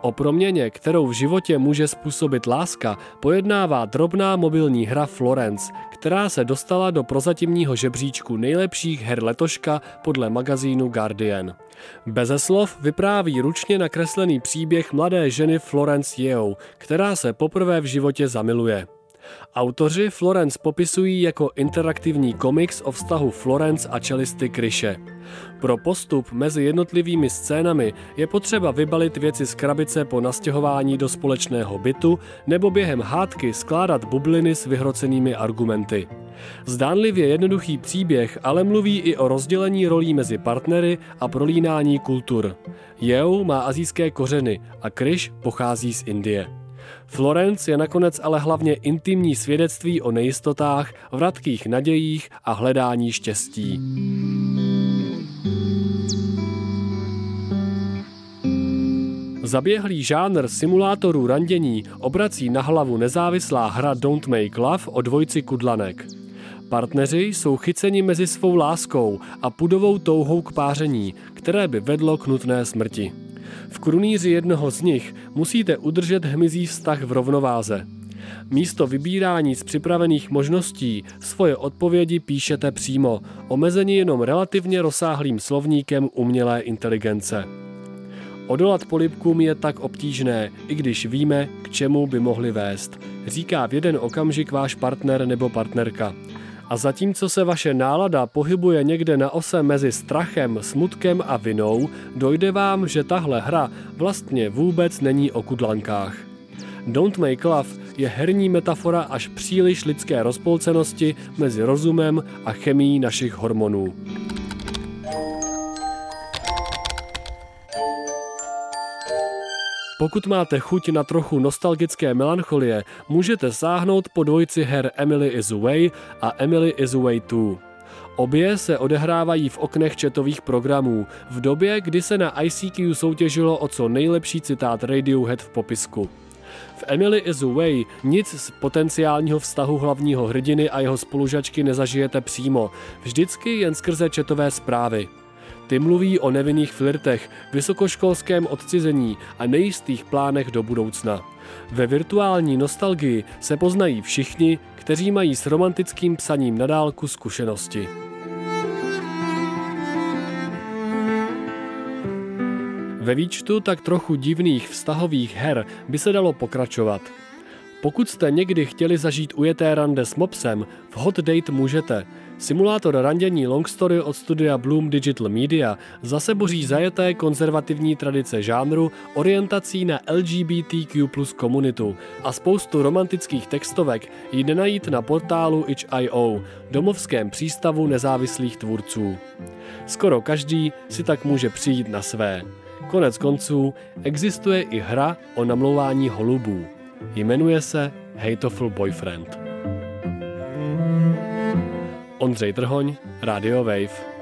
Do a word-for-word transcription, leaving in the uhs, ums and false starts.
O proměně, kterou v životě může způsobit láska, pojednává drobná mobilní hra Florence, která se dostala do prozatímního žebříčku nejlepších her letoška podle magazínu Guardian. Beze slov vypráví ručně nakreslený příběh mladé ženy Florence Yeo, která se poprvé v životě zamiluje. Autoři Florence popisují jako interaktivní komiks o vztahu Florence a čelisty Krishe. Pro postup mezi jednotlivými scénami je potřeba vybalit věci z krabice po nastěhování do společného bytu nebo během hádky skládat bubliny s vyhrocenými argumenty. Zdánlivě jednoduchý příběh ale mluví i o rozdělení rolí mezi partnery a prolínání kultur. Yeo má asijské kořeny a Krish pochází z Indie. Florence je nakonec ale hlavně intimní svědectví o nejistotách, vratkých nadějích a hledání štěstí. Zaběhlý žánr simulátorů randění obrací na hlavu nezávislá hra Don't Make Love o dvojci kudlanek. Partneři jsou chyceni mezi svou láskou a pudovou touhou k páření, které by vedlo k nutné smrti. V krunýři jednoho z nich musíte udržet hmyzí vztah v rovnováze. Místo vybírání z připravených možností svoje odpovědi píšete přímo, omezeni jenom relativně rozsáhlým slovníkem umělé inteligence. Odolat polibkům je tak obtížné, i když víme, k čemu by mohli vést, říká v jeden okamžik váš partner nebo partnerka. A zatímco se vaše nálada pohybuje někde na ose mezi strachem, smutkem a vinou, dojde vám, že tahle hra vlastně vůbec není o kudlankách. Don't Make Love je herní metafora až příliš lidské rozpolcenosti mezi rozumem a chemií našich hormonů. Pokud máte chuť na trochu nostalgické melancholie, můžete sáhnout po dvojici her Emily is Away a Emily is Away dva. Obě se odehrávají v oknech chatových programů, v době, kdy se na I C Q soutěžilo o co nejlepší citát Radiohead v popisku. V Emily is Away nic z potenciálního vztahu hlavního hrdiny a jeho spolužačky nezažijete přímo, vždycky jen skrze chatové zprávy. Ty mluví o nevinných flirtech, vysokoškolském odcizení a nejistých plánech do budoucna. Ve virtuální nostalgii se poznají všichni, kteří mají s romantickým psaním na dálku zkušenosti. Ve výčtu tak trochu divných vztahových her by se dalo pokračovat. Pokud jste někdy chtěli zažít ujeté rande s mopsem, v Hot Date můžete. Simulátor randění Long Story od studia Bloom Digital Media zase boří zajeté konzervativní tradice žánru orientací na L G B T Q plus komunitu a spoustu romantických textovek jde najít na portálu itch tečka i o, domovském přístavu nezávislých tvůrců. Skoro každý si tak může přijít na své. Konec konců existuje i hra o namlouvání holubů. Jmenuje se Hateful Boyfriend. Ondřej Trhoň, Radio Wave.